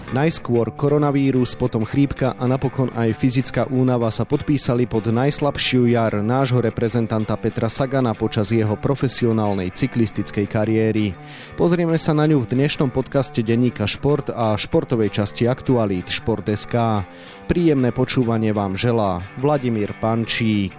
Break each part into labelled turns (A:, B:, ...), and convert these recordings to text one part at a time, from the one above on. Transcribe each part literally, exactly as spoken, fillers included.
A: Najskôr koronavírus, potom chrípka a napokon aj fyzická únava sa podpísali pod najslabšiu jar nášho reprezentanta Petra Sagana počas jeho profesionálnej cyklistickej kariéry. Pozrieme sa na ňu v dnešnom podcaste denníka Šport a športovej časti aktualít Šport bodka es ká. Príjemné počúvanie vám želá Vladimír Pančík.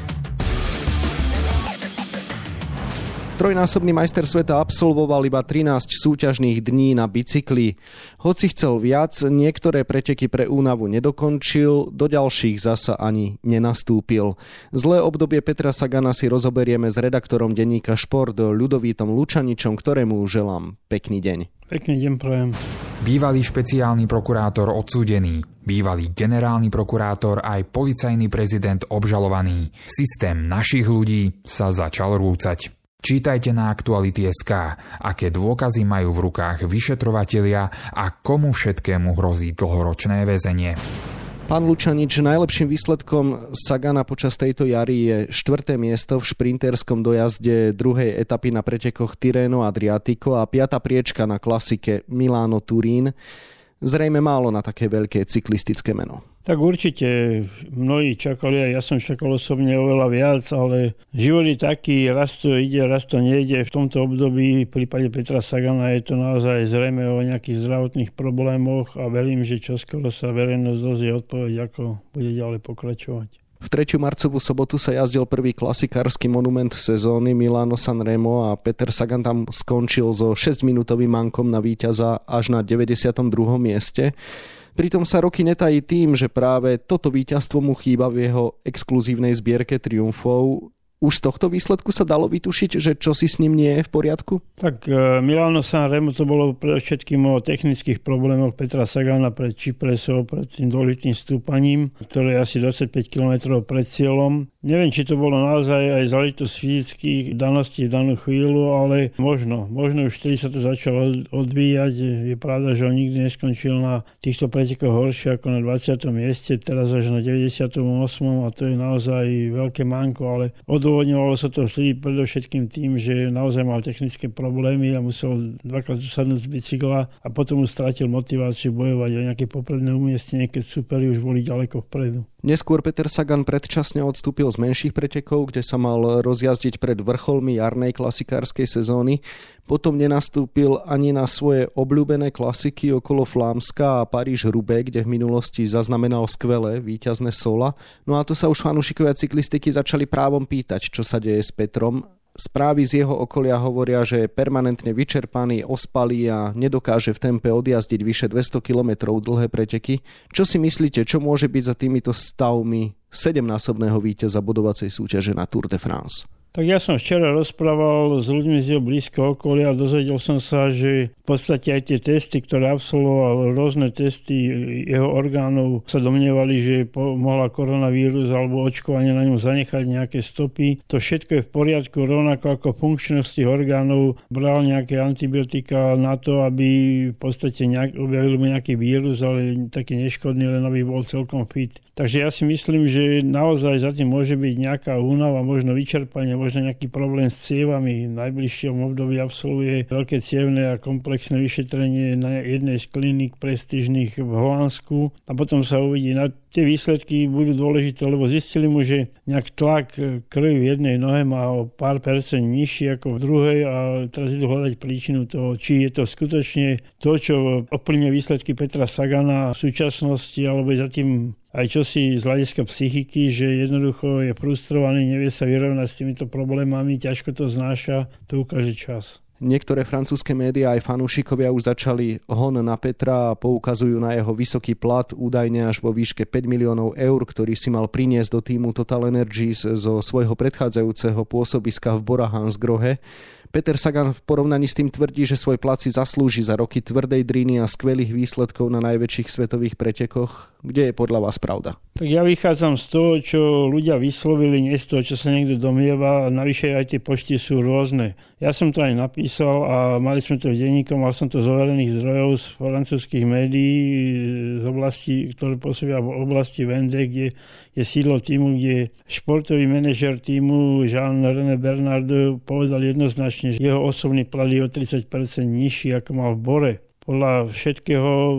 A: Trojnásobný majster sveta absolvoval iba trinásť súťažných dní na bicykli. Hoci chcel viac, niektoré preteky pre únavu nedokončil, do ďalších zasa ani nenastúpil. Zlé obdobie Petra Sagana si rozoberieme s redaktorom denníka Šport Ľudovítom Lučaničom, ktorému želám pekný deň.
B: Pekný deň prajem.
C: Bývalý špeciálny prokurátor odsúdený, bývalý generálny prokurátor aj policajný prezident obžalovaný. Systém našich ľudí sa začal rúcať. Čítajte na aktuality bodka es ká, aké dôkazy majú v rukách vyšetrovatelia a komu všetkému hrozí dlhoročné väzenie.
A: Pán Lučanič, najlepším výsledkom Sagana počas tejto jary je štvrté miesto v šprinterskom dojazde druhej etapy na pretekoch Tirreno Adriatico a piata priečka na klasike Milano Turín. Zrejme málo na také veľké cyklistické meno.
B: Tak určite mnohí čakali, aj ja som čakal osobne oveľa viac, ale život je taký, raz to ide, raz to nejde. V tomto období v prípade Petra Sagana je to naozaj zrejme o nejakých zdravotných problémoch a verím, že čoskoro sa verejnosť dozvie odpoveď, ako bude ďalej pokračovať.
A: V tretiu marcovú sobotu sa jazdil prvý klasikársky monument sezóny Milano-San Remo a Peter Sagan tam skončil so šesťminútovým mankom na víťaza až na deväťdesiatom druhom mieste. Pritom sa roky netají tým, že práve toto víťazstvo mu chýba v jeho exkluzívnej zbierke triumfov. Už z tohto výsledku sa dalo vytušiť, že čo si s ním nie je v poriadku?
B: Tak Milano San Remo to bolo predovšetkým o technických problémoch Petra Sagana pred Cipresou, pred tým dôležitým stúpaním, ktoré je asi dvadsaťpäť kilometrov pred cieľom. Neviem, či to bolo naozaj aj záležitosť fyzických daností v danú chvíľu, ale možno. Možno už vtedy sa to začalo odvíjať. Je pravda, že on nikdy neskončil na týchto pretekoch horšie ako na dvadsiatom mieste, teraz až na deväťdesiatom ôsmom a to je naozaj veľké manko, ale odôvodňovalo sa to vtedy predovšetkým tým, že naozaj mal technické problémy a musel dvakrát zasadnúť z bicykla a potom už strátil motiváciu bojovať o nejaké popredné umiestnenie, keď superi už boli ďaleko vpredu.
A: Neskôr Peter Sagan predčasne odstúpil z menších pretekov, kde sa mal rozjazdiť pred vrcholmi jarnej klasikárskej sezóny. Potom nenastúpil ani na svoje obľúbené klasiky okolo Flámska a Paríž-Roubaix, kde v minulosti zaznamenal skvelé víťazné sola. No a to sa už fanúšikovia cyklistiky začali právom pýtať, čo sa deje s Petrom. Správy z jeho okolia hovoria, že je permanentne vyčerpaný, ospalý a nedokáže v tempe odjazdiť vyše dvesto kilometrov dlhé preteky. Čo si myslíte, čo môže byť za týmito stavmi sedemnásobného víťaza bodovacej súťaže na Tour de France?
B: Tak ja som včera rozprával s ľuďmi z jeho blízko okolia a dozvedel som sa, že v podstate aj tie testy, ktoré absolvoval, rôzne testy jeho orgánov sa domnievali, že mohla koronavírus alebo očkovanie na ňom zanechať nejaké stopy. To všetko je v poriadku, rovnako ako funkčnosť tých orgánov. Bral nejaké antibiotika na to, aby v podstate nejak, objavil mu nejaký vírus, ale taký neškodný, len aby bol celkom fit. Takže ja si myslím, že naozaj za tým môže byť nejaká únava, možno vyčerpanie, možno nejaký problém s cievami. V najbližšom období absolvuje veľké cievne a komplexné vyšetrenie na jednej z kliník prestížnych v Holandsku a potom sa uvidí. Na tie výsledky budú dôležité, lebo zistili mu, že nejak tlak krvi v jednej nohe má o pár percent nižší ako v druhej a teraz idú hľadať príčinu toho, či je to skutočne to, čo ovplyvňuje výsledky Petra Sagana v súčasnosti, alebo je za tým aj čosi z hľadiska psychiky, že jednoducho je frustrovaný, nevie sa vyrovnať s týmito problémami, ťažko to znáša, to ukáže čas.
A: Niektoré francúzske médiá aj fanúšikovia už začali hon na Petra a poukazujú na jeho vysoký plat, údajne až vo výške päť miliónov eur, ktorý si mal priniesť do týmu Total Energies zo svojho predchádzajúceho pôsobiska v Bora-Hansgrohe. Peter Sagan v porovnaní s tým tvrdí, že svoj plat si zaslúži za roky tvrdej driny a skvelých výsledkov na najväčších svetových pretekoch. Kde je podľa vás pravda?
B: Tak ja vychádzam z toho, čo ľudia vyslovili, nie z toho, čo sa niekto domnieva. Navyše aj tie počty sú rôzne. Ja som to aj napísal a mali sme to v denníku, mal som to z overených zdrojov z francúzskych médií, z oblasti, ktoré pôsobia v oblasti Vendée, kde je sídlo týmu, kde športový manažer týmu Jean-René Bernard povedal jednoznačne, že jeho osobný plat je o tridsať percent nižší, ako mal v Bore. Podľa všetkého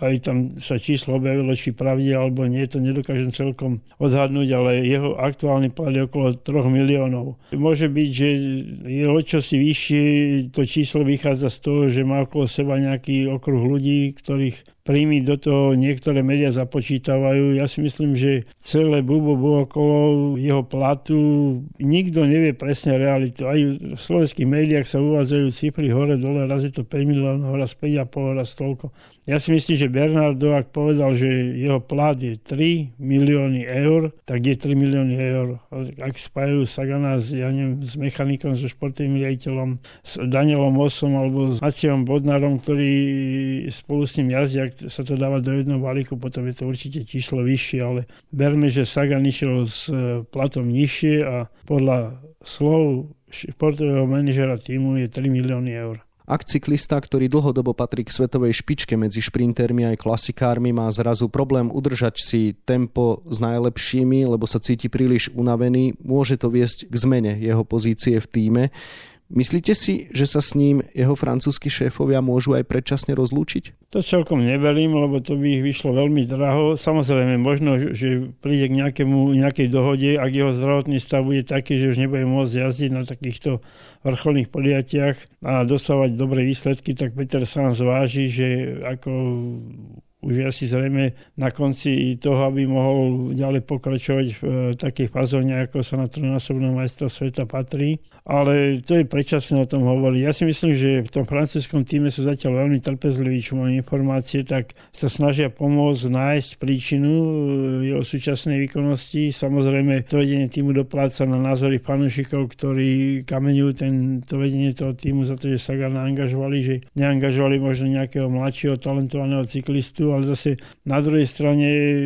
B: aj tam sa číslo objavilo, či pravde alebo nie, to nedokážem celkom odhadnúť, ale jeho aktuálny plat je okolo tri miliónov. Môže byť, že je o čosi vyššie, to číslo vychádza z toho, že má okolo seba nejaký okruh ľudí, ktorých príjmy do toho niektoré médiá započítavajú. Ja si myslím, že celé bubo okolo jeho platu nikto nevie presne realitu. Aj v slovenských médiách sa uvádzajú cifry hore, dole, raz je to päť miliónov, raz päť a pol, raz toľko. Ja si myslím, že Bernardo, ak povedal, že jeho plat je tri milióny eur, tak je tri milióny eur. Ak spájajú Sagana s, ja neviem, s mechanikom, so športovým riaditeľom, s Danielom Osom alebo s Maciejom Bodnárom, ktorí spolu s ním jazdia, sa to dáva do jedného balíku, potom je to určite číslo vyššie, ale berme, že Sagan išiel s platom nižšie a podľa slov športového manažera týmu je tri milióny eur.
A: Ak cyklista, ktorý dlhodobo patrí k svetovej špičke medzi šprintermi aj klasikármi, má zrazu problém udržať si tempo s najlepšími, lebo sa cíti príliš unavený, môže to viesť k zmene jeho pozície v tíme. Myslíte si, že sa s ním jeho francúzski šéfovia môžu aj predčasne rozlúčiť?
B: To celkom neverím, lebo to by ich vyšlo veľmi draho. Samozrejme, možno, že príde k nejakému, nejakej dohode, ak jeho zdravotný stav bude taký, že už nebude môcť jazdiť na takýchto vrcholných podujatiach a dosávať dobré výsledky, tak Peter sám zváži, že ako už je asi zrejme na konci toho, aby mohol ďalej pokračovať v takej fazóne, ako sa na trojnásobného majstra sveta patrí. Ale to je predčasné o tom hovoriť. Ja si myslím, že v tom francúzskom týme sú zatiaľ veľmi trpezliví, čo mám informácie, tak sa snažia pomôcť nájsť príčinu jeho súčasnej výkonnosti. Samozrejme, to vedenie týmu dopláca na názory fanúšikov, ktorí kameňujú to vedenie toho týmu za to, že Sagana angažovali, že neangažovali možno nejakého mladšieho talentovaného cyklistu, ale zase na druhej strane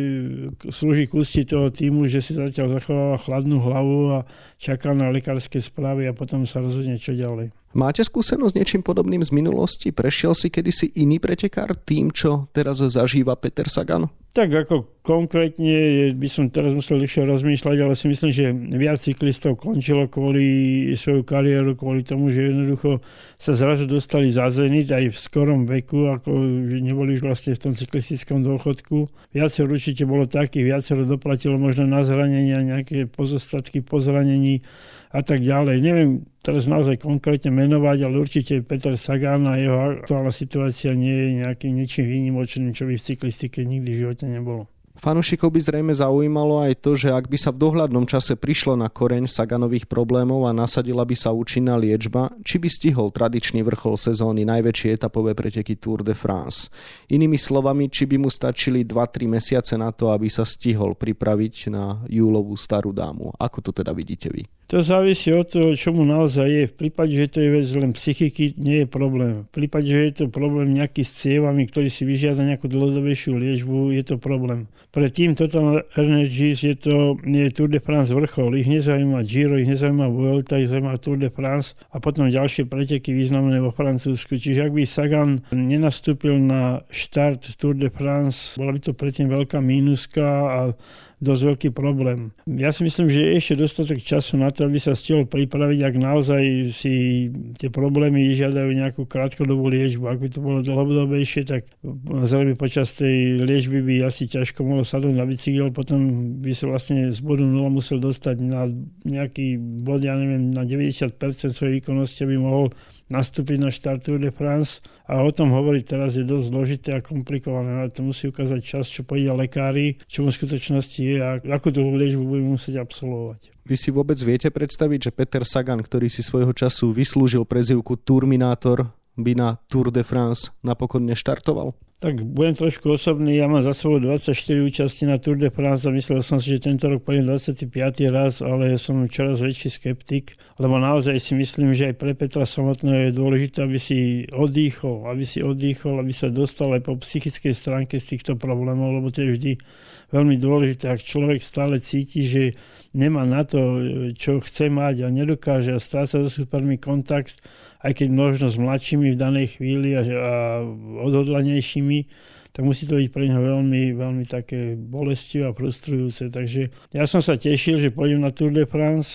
B: slúži k úcti toho týmu, že si zatiaľ zachováva chladnú hlavu a čaká na lekárske správy a potom sa rozhodne, čo ďalej.
A: Máte skúsenosť s niečím podobným z minulosti? Prešiel si kedysi iný pretekár tým, čo teraz zažíva Peter Sagan?
B: Tak ako konkrétne by som teraz musel ešte rozmýšľať, ale si myslím, že viac cyklistov končilo kvôli svoju kariéru, kvôli tomu, že jednoducho sa zrazu dostali za zenit aj v skorom veku, ako že neboli už vlastne v tom cyklistickom dôchodku. Viacero určite bolo takých, viacero doplatilo možno na zranenia, nejaké pozostatky po zranení a tak ďalej. Neviem teraz naozaj konkrétne menovať, ale určite Peter Sagan a jeho aktuálna situácia nie je nejakým ničím výnimočným, čo by v cyklistike nikdy v živote nebolo.
A: Fanúšikov by zrejme zaujímalo aj to, že ak by sa v dohľadnom čase prišlo na koreň Saganových problémov a nasadila by sa účinná liečba, či by stihol tradičný vrchol sezóny najväčšie etapové preteky Tour de France. Inými slovami, či by mu stačili dva tri mesiace na to, aby sa stihol pripraviť na júlovú starú dámu. Ako to teda vidíte vy?
B: To závisí od toho, čo mu naozaj je. V prípade, že to je vec len psychiky, nie je problém. V prípade, že je to problém nejaký s cievami, ktorý si vyžiada nejakú dlhodobejšiu liečbu, je to problém. Pre tým Total Energies je to nie Tour de France vrchol. Ich nezaujíma Giro, ich nezaujíma Vuelta, ich zaujíma Tour de France a potom ďalšie preteky významné vo Francúzsku. Čiže ak by Sagan nenastúpil na štart Tour de France, bola by to predtým veľká mínuska a dosť veľký problém. Ja si myslím, že je ešte dostatok času na to, aby sa stihol pripraviť, ak naozaj si tie problémy vyžiadajú nejakú krátkodobú liečbu. Ak by to bolo dlhodobejšie, tak zrejme počas tej liečby by asi ťažko mohol sadnúť na bicykel, potom by sa vlastne z bodu nula musel dostať na nejaký bod, ja neviem, na deväťdesiat percent svojej výkonnosti, aby mohol nastúpiť na štart Tour de France a o tom hovoriť teraz je dosť zložité a komplikované. Ale to musí ukázať čas, čo povedia lekári, čo v skutočnosti je a akú tú liečbu bude musieť absolvovať.
A: Vy si vôbec viete predstaviť, že Peter Sagan, ktorý si svojho času vyslúžil prezývku Tourminator, by na Tour de France napokon neštartoval?
B: Tak budem trošku osobný, ja mám za sebou dvadsaťštyri účasti na Tour de France a myslel som si, že tento rok pôjdem dvadsiaty piaty raz, ale som čoraz väčší skeptik, lebo naozaj si myslím, že aj pre Petra samotného je dôležité, aby si oddychol, aby si oddychol, aby sa dostal aj po psychickej stránke z týchto problémov, lebo to je vždy veľmi dôležité. Ak človek stále cíti, že nemá na to, čo chce mať a nedokáže a stráca so supermi kontakt, aj keď možno s mladšími v danej chvíli a, a odhodlanejšími, tak musí to byť pre neho veľmi, veľmi také bolestivé a frustrujúce. Takže ja som sa tešil, že pôjdem na Tour de France.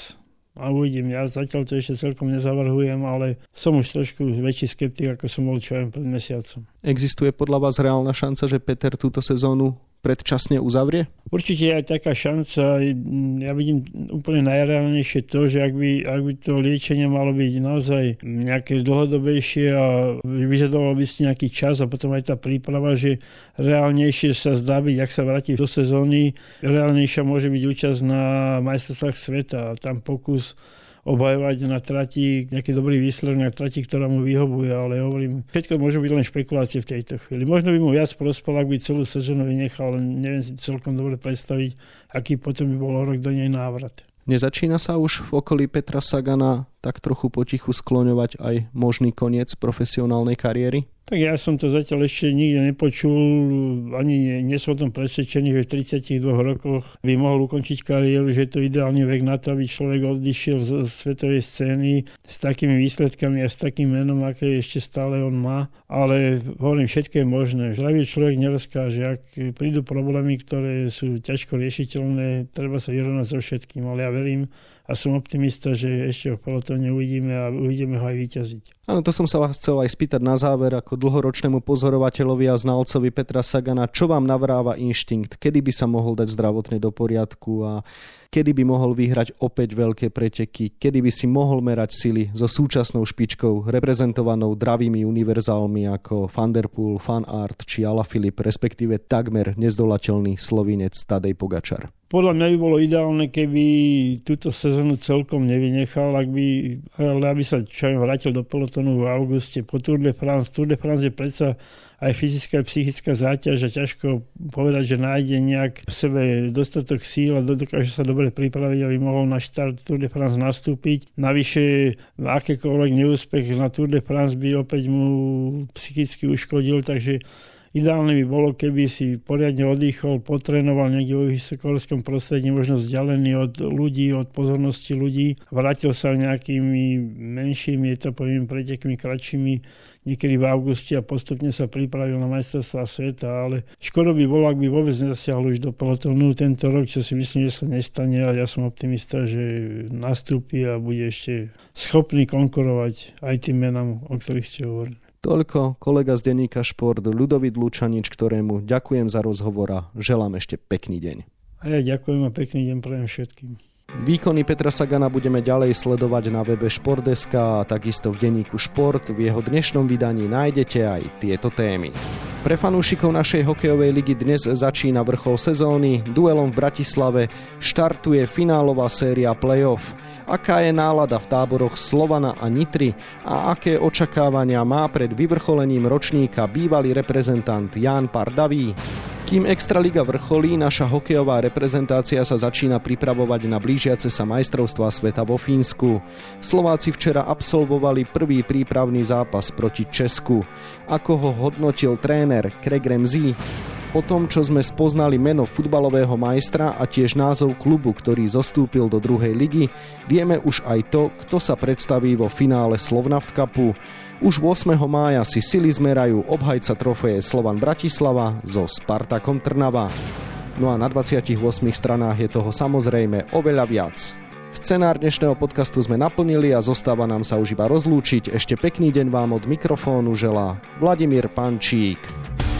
B: A uvidím, ja zatiaľ to ešte celkom nezavrhujem, ale som už trošku väčší skeptik, ako som bol čo aj pred mesiacom.
A: Existuje podľa vás reálna šanca, že Peter túto sezónu predčasne uzavrie?
B: Určite je aj taká šanca. Ja vidím úplne najreálnejšie to, že ak by, ak by to liečenie malo byť naozaj nejaké dlhodobejšie a vyžadovalo by si nejaký čas a potom aj tá príprava, že reálnejšie sa zdá byť, ak sa vráti do sezóny, reálnejšia môže byť účasť na majstrovstvách sveta a tam pokus obhajovať na trati nejaký dobrý výsledok na trati, ktorá mu vyhovuje, ale hovorím, všetko môže byť len špekulácie v tejto chvíli. Možno by mu viac prospel, ak by celú sezónu vynechal, ale neviem si celkom dobre predstaviť, aký potom by bol rok do nej návrat.
A: Nezačína sa už v okolí Petra Sagana tak trochu potichu skloňovať aj možný koniec profesionálnej kariéry?
B: Tak ja som to zatiaľ ešte nikde nepočul, ani nie, nie som o tom presvedčený, že v tridsiatich dvoch rokoch by mohol ukončiť kariéru, že je to ideálny vek na to, aby človek odišiel z svetovej scény s takými výsledkami a s takým menom, aké ešte stále on má. Ale hovorím, všetko je možné. Žľavý človek nerozkáže. Ak prídu problémy, ktoré sú ťažko riešiteľné, treba sa vyrovnať so všetkým. Ale ja verím a som optimista, že ešte v pelotóne uvidíme a uvidíme ho aj víťaziť.
A: Áno, to som sa vás chcel aj spýtať na záver, ako dlhoročnému pozorovateľovi a znalcovi Petra Sagana, čo vám navráva inštinkt, kedy by sa mohol dať zdravotne do poriadku a kedy by mohol vyhrať opäť veľké preteky, kedy by si mohol merať sily so súčasnou špičkou reprezentovanou dravými univerzálmi ako Van der Poel, Van Aert či Alaphilippe, respektíve takmer nezdolateľný Slovinec Tadej Pogačar.
B: Podľa mňa by bolo ideálne, keby túto sezónu celkom nevynechal, ak by, ale aby sa čo vrátil do pelotonu v auguste po Tour de France. Tour de France je predsa aj fyzická a psychická záťaž a ťažko povedať, že nájde nejak v sebe dostatok síl a dokáže sa dobre pripraviť, aby mohol na štart Tour de France nastúpiť. Navyše akékoľvek neúspech na Tour de France by opäť mu psychicky uškodil, takže ideálne by bolo, keby si poriadne oddychol, potrénoval niekde vo vysokohorskom prostredí, možno vzdialený od ľudí, od pozornosti ľudí. Vrátil sa nejakými menšími etapovými pretekmi, kratšími, niekedy v auguste a postupne sa pripravil na majstrovstvá sveta, ale škoda by bolo, ak by vôbec nezasiahol už do pelotónu tento rok, čo si myslím, že sa nestane, a ja som optimista, že nastúpi a bude ešte schopný konkurovať aj tým menám, o ktorých ste hovorili.
A: Toľko kolega z denníka Šport Ľudovít Lučanič, ktorému ďakujem za rozhovor a želám ešte pekný deň.
B: A ja ďakujem a pekný deň prajem všetkým.
A: Výkony Petra Sagana budeme ďalej sledovať na webe šport bodka es ká a takisto v denníku Šport. V jeho dnešnom vydaní nájdete aj tieto témy. Pre fanúšikov našej hokejovej ligy dnes začína vrchol sezóny. Duelom v Bratislave štartuje finálová séria play-off. Aká je nálada v táboroch Slovana a Nitry a aké očakávania má pred vyvrcholením ročníka bývalý reprezentant Ján Pardaví? Kým Extraliga vrcholí, naša hokejová reprezentácia sa začína pripravovať na blížiace sa majstrovstvá sveta vo Fínsku. Slováci včera absolvovali prvý prípravný zápas proti Česku. Ako ho hodnotil tréner Craig Ramsay? Po tom, čo sme spoznali meno futbalového majstra a tiež názov klubu, ktorý zostúpil do druhej ligy, vieme už aj to, kto sa predstaví vo finále Slovnaft Cupu. Už ôsmeho mája si sily zmerajú obhajca trofeje Slovan Bratislava so Spartakom Trnava. No a na dvadsiatich ôsmich stranách je toho samozrejme oveľa viac. Scenár dnešného podcastu sme naplnili a zostáva nám sa už iba rozlúčiť. Ešte pekný deň vám od mikrofónu želá Vladimír Pančík.